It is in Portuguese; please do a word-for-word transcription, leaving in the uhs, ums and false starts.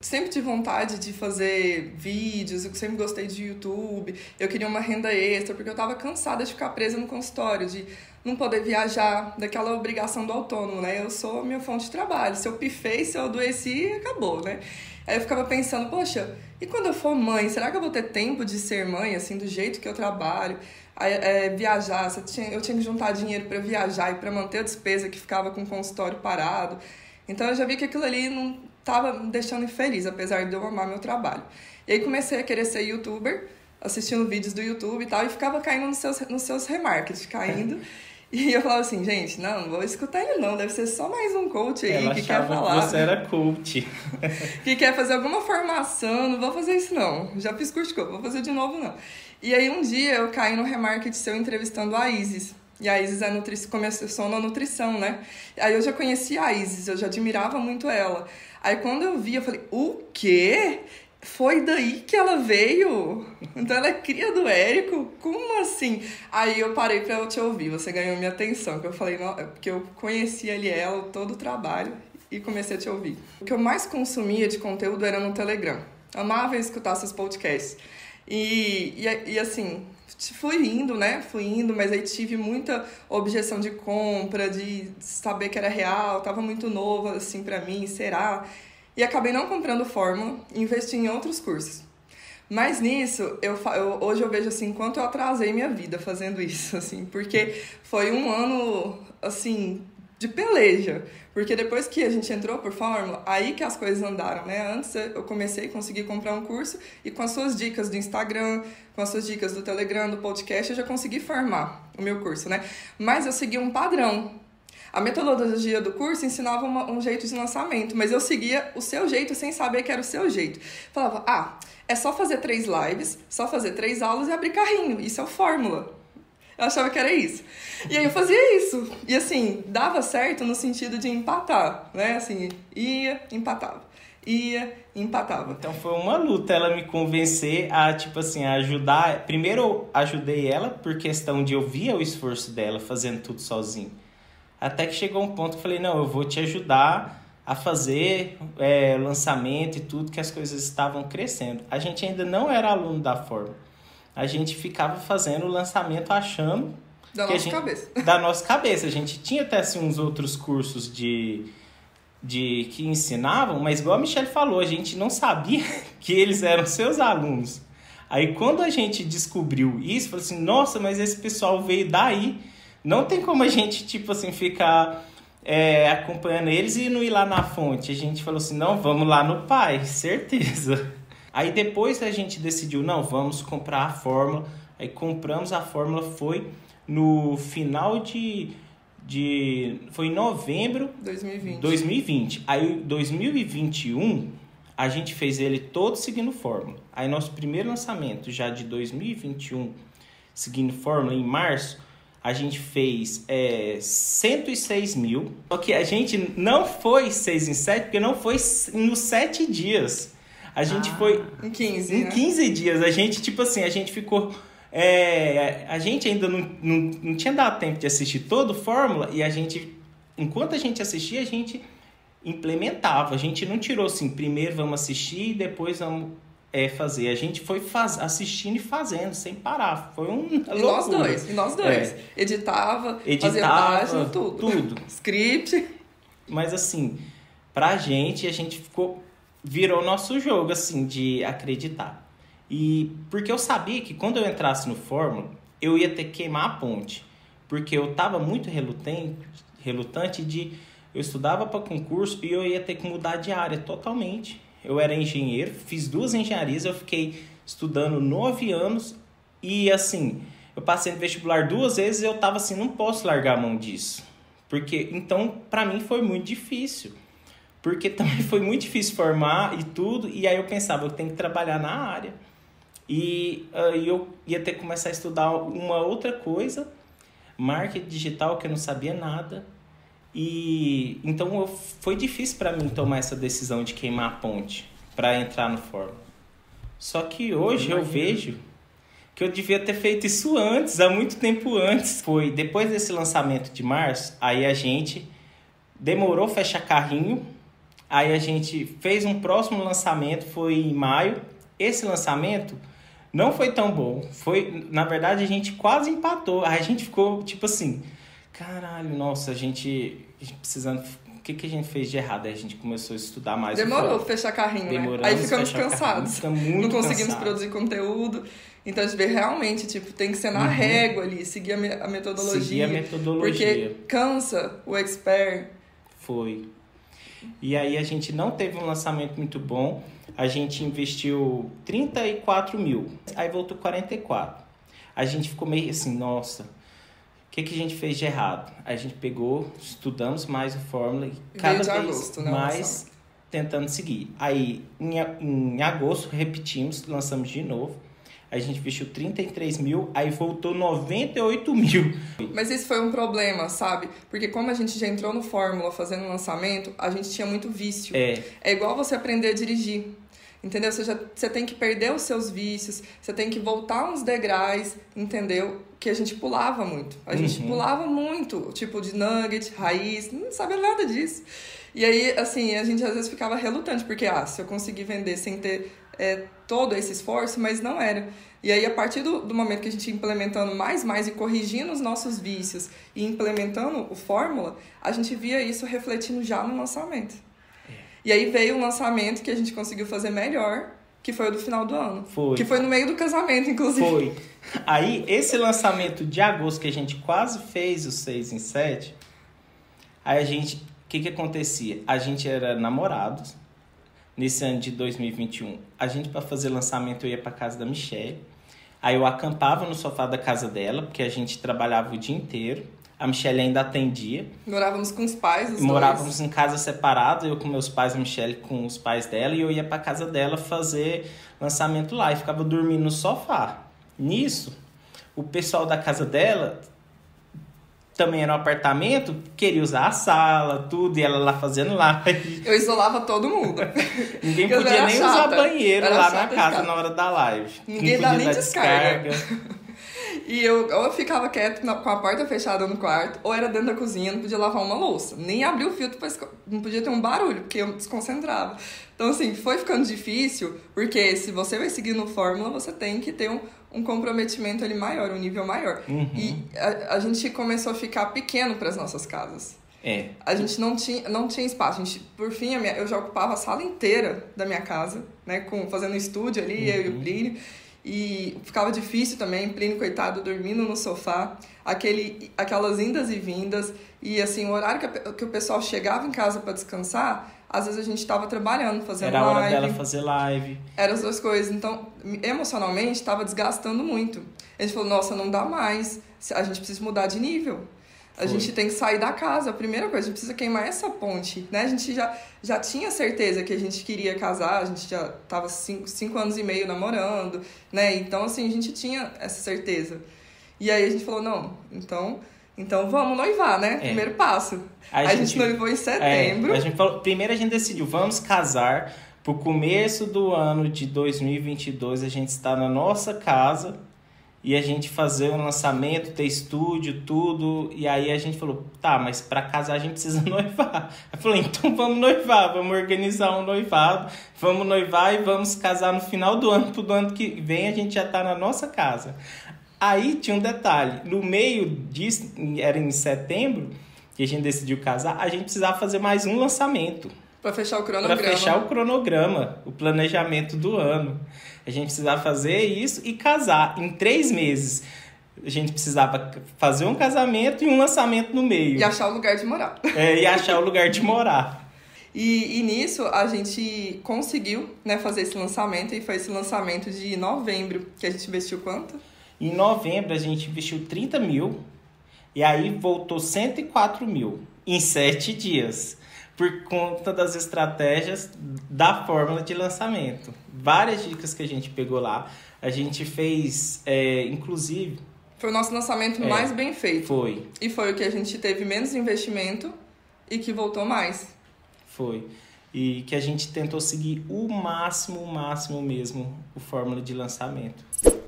sempre tive vontade de fazer vídeos, eu sempre gostei de YouTube, eu queria uma renda extra, porque eu tava cansada de ficar presa no consultório, de não poder viajar, daquela obrigação do autônomo, né? Eu sou a minha fonte de trabalho, se eu pifei, se eu adoeci, acabou, né? Aí eu ficava pensando, poxa, e quando eu for mãe, será que eu vou ter tempo de ser mãe, assim, do jeito que eu trabalho? Aí, é, viajar, eu tinha, eu tinha que juntar dinheiro para viajar e para manter a despesa que ficava com o consultório parado. Então eu já vi que aquilo ali não estava me deixando infeliz, apesar de eu amar meu trabalho. E aí comecei a querer ser youtuber, assistindo vídeos do YouTube e tal, e ficava caindo nos seus, nos seus remarketing, caindo. E eu falava assim, gente, não, não vou escutar ele não, deve ser só mais um coach aí Ela que quer falar. Que você era coach. Que quer fazer alguma formação, não vou fazer isso não. Já fiz curso de coach, vou fazer de novo não. E aí um dia eu caí no remarketing seu entrevistando a Isis. E a Isis é nutri... começou na nutrição, né? Aí eu já conhecia a Isis, eu já admirava muito ela. Aí quando eu vi, eu falei, o quê? Foi daí que ela veio? Então ela é cria do Érico? Como assim? Aí eu parei pra eu te ouvir, você ganhou minha atenção, que eu falei, não, porque eu conhecia ali ela, todo o trabalho, e comecei a te ouvir. O que eu mais consumia de conteúdo era no Telegram. Amava escutar seus podcasts. E, e, e assim, fui indo, né? Fui indo, mas aí tive muita objeção de compra, de saber que era real, tava muito nova, assim, pra mim, será? E acabei não comprando fórmula e investi em outros cursos. Mas nisso, eu, eu, hoje eu vejo assim, quanto eu atrasei minha vida fazendo isso, assim, porque foi um ano, assim, de peleja. Porque depois que a gente entrou por fórmula, aí que as coisas andaram, né? Antes eu comecei a conseguir comprar um curso e com as suas dicas do Instagram, com as suas dicas do Telegram, do podcast, eu já consegui formar o meu curso, né? Mas eu segui um padrão. A metodologia do curso ensinava uma, um jeito de lançamento, mas eu seguia o seu jeito sem saber que era o seu jeito. Falava, ah, é só fazer três lives, só fazer três aulas e abrir carrinho. Isso é o fórmula. Eu achava que era isso. E aí eu fazia isso. E assim, dava certo no sentido de empatar, né? Assim, ia, empatava. Ia, empatava. Então foi uma luta ela me convencer a, tipo assim, a ajudar. Primeiro eu ajudei ela por questão de eu via o esforço dela fazendo tudo sozinho. Até que chegou um ponto que eu falei, não, eu vou te ajudar a fazer é, lançamento e tudo, que as coisas estavam crescendo. A gente ainda não era aluno da Fórmula. A gente ficava fazendo o lançamento achando... Da que nossa a gente, cabeça. Da nossa cabeça. A gente tinha até assim, uns outros cursos de, de, que ensinavam, mas igual a Michelle falou, a gente não sabia que eles eram seus alunos. Aí quando a gente descobriu isso, falou assim, nossa, mas esse pessoal veio daí... Não tem como a gente, tipo assim, ficar é, acompanhando eles e não ir lá na fonte. A gente falou assim, não, vamos lá no pai, certeza. Aí depois a gente decidiu, não, vamos comprar a fórmula. Aí compramos a fórmula, foi no final de... de foi em novembro de dois mil e vinte. dois mil e vinte. Aí dois mil e vinte e um, a gente fez ele todo seguindo fórmula. Aí nosso primeiro lançamento, já de dois mil e vinte e um, seguindo fórmula, em março, a gente fez é, cento e seis mil. Só que a gente não foi seis em sete, porque não foi nos sete dias. A gente ah, foi... Em quinze, Em né? quinze dias. A gente, tipo assim, a gente ficou... É, a gente ainda não, não, não tinha dado tempo de assistir todo Fórmula. E a gente... Enquanto a gente assistia, a gente implementava. A gente não tirou assim, primeiro vamos assistir e depois vamos... É fazer. A gente foi faz... assistindo e fazendo, sem parar. Foi um E nós dois, e nós dois. É. Editava, Editava, fazia página, tudo. Tudo. Script. Mas assim, pra gente, a gente ficou... Virou nosso jogo, assim, de acreditar. E porque eu sabia que quando eu entrasse no Fórmula, eu ia ter que queimar a ponte. Porque eu tava muito relutante, relutante de... Eu estudava para concurso e eu ia ter que mudar de área totalmente. Eu era engenheiro, fiz duas engenharias, eu fiquei estudando nove anos e assim, eu passei no vestibular duas vezes e eu tava assim, não posso largar a mão disso. Porque, então, pra mim foi muito difícil. Porque também foi muito difícil formar e tudo, e aí eu pensava, eu tenho que trabalhar na área. E uh, eu ia ter que começar a estudar uma outra coisa, marketing digital, que eu não sabia nada. E então eu, foi difícil para mim tomar essa decisão de queimar a ponte para entrar no Fórmula. Só que hoje eu, eu vejo que eu devia ter feito isso antes, há muito tempo antes. Foi depois desse lançamento de março, aí a gente demorou a fechar carrinho, Aí a gente fez um próximo lançamento, foi em maio. Esse lançamento não foi tão bom. Foi, na verdade, a gente quase empatou. Aí a gente ficou, tipo assim, caralho, nossa, a gente, a gente precisando... O que, que a gente fez de errado? Aí a gente começou a estudar mais. Demorou fechar carrinho, né? Aí ficamos cansados. Fica muito não conseguimos cansado. produzir conteúdo. Então a gente vê realmente, tipo, tem que ser na uhum. régua ali, seguir a, me- a metodologia. Seguir a metodologia. Porque cansa o expert. Foi. E aí a gente não teve um lançamento muito bom. A gente investiu trinta e quatro mil. Aí voltou quarenta e quatro. A gente ficou meio assim, nossa, o que, que a gente fez de errado? A gente pegou, estudamos mais o Fórmula e cada vez agosto, né, mais tentando seguir. Aí em, em agosto repetimos, lançamos de novo. A gente investiu trinta e três mil, aí voltou noventa e oito mil. Mas isso foi um problema, sabe? Porque como a gente já entrou no Fórmula fazendo lançamento, a gente tinha muito vício. É, é igual você aprender a dirigir. Entendeu? Você, já, você tem que perder os seus vícios, você tem que voltar uns degraus, entendeu? Que a gente pulava muito. A gente uhum. pulava muito, tipo de nugget, raiz, não sabia nada disso. E aí, assim, a gente às vezes ficava relutante, porque, ah, se eu conseguir vender sem ter é, todo esse esforço, mas não era. E aí, a partir do, do momento que a gente ia implementando mais, mais e corrigindo os nossos vícios e implementando o Fórmula, a gente via isso refletindo já no lançamento. E aí veio um lançamento que a gente conseguiu fazer melhor, que foi o do final do ano. Foi. Que foi no meio do casamento, inclusive. Foi. Aí, esse lançamento de agosto, que a gente quase fez os seis em sete, aí a gente... O que que acontecia? A gente era namorados. Nesse ano de dois mil e vinte e um, a gente, para fazer lançamento, eu ia para casa da Michelle. Aí eu acampava no sofá da casa dela, porque a gente trabalhava o dia inteiro. A Michelle ainda atendia. Morávamos com os pais, os Morávamos dois. em casa separada, eu com meus pais, a Michelle com os pais dela, e eu ia pra casa dela fazer lançamento lá, e ficava dormindo no sofá. Nisso, o pessoal da casa dela, também era um apartamento, queria usar a sala, tudo, e ela lá fazendo live. Eu isolava todo mundo. Ninguém podia nem chata. usar banheiro era lá na casa na hora da live. Ninguém dá nem descarga. descarga. E eu, ou eu ficava quieto na, com a porta fechada no quarto, ou era dentro da cozinha, não podia lavar uma louça. Nem abrir o filtro, pra esco... não podia ter um barulho, porque eu me desconcentrava. Então, assim, foi ficando difícil, porque se você vai seguir no Fórmula, você tem que ter um, um comprometimento ali maior, um nível maior. Uhum. E a, a gente começou a ficar pequeno para as nossas casas. É. A gente não tinha, não tinha espaço. A gente, por fim, a minha, eu já ocupava a sala inteira da minha casa, né, com, fazendo estúdio ali, uhum. eu e o Plínio. E ficava difícil também, Plínio, coitado, dormindo no sofá, aquele, aquelas indas e vindas, e assim, o horário que, a, que o pessoal chegava em casa para descansar, às vezes a gente estava trabalhando, fazendo live. Era a live. hora dela fazer live. Eram as duas coisas, então, emocionalmente, estava desgastando muito. A gente falou, nossa, não dá mais, a gente precisa mudar de nível. A Foi. gente tem que sair da casa, a primeira coisa, a gente precisa queimar essa ponte, né? A gente já, já tinha certeza que a gente queria casar, a gente já estava cinco, cinco anos e meio namorando, né? Então, assim, a gente tinha essa certeza. E aí a gente falou, não, então, então vamos noivar, né? É. Primeiro passo. Aí a gente, gente noivou em setembro. É, a gente falou, primeiro a gente decidiu, vamos casar, pro começo do ano de dois mil e vinte e dois a gente está na nossa casa... E a gente fazer um lançamento, ter estúdio, tudo. E aí a gente falou, tá, mas pra casar a gente precisa noivar. Eu falei, então vamos noivar, vamos organizar um noivado. Vamos noivar e vamos casar no final do ano. Pro ano que vem a gente já tá na nossa casa. Aí tinha um detalhe. No meio disso, era em setembro, que a gente decidiu casar, a gente precisava fazer mais um lançamento. Pra fechar o cronograma. Pra fechar o cronograma, o planejamento do ano. A gente precisava fazer isso e casar em três meses. A gente precisava fazer um casamento e um lançamento no meio. E achar o lugar de morar. É, e achar o lugar de morar. E, e nisso a gente conseguiu, né, fazer esse lançamento. E foi esse lançamento de novembro que a gente investiu quanto? Em novembro a gente investiu trinta mil. E aí voltou cento e quatro mil em sete dias. Por conta das estratégias da fórmula de lançamento. Várias dicas que a gente pegou lá. A gente fez, é, inclusive... Foi o nosso lançamento é, mais bem feito. Foi. E foi o que a gente teve menos investimento e que voltou mais. Foi. E que a gente tentou seguir o máximo, o máximo mesmo, o fórmula de lançamento.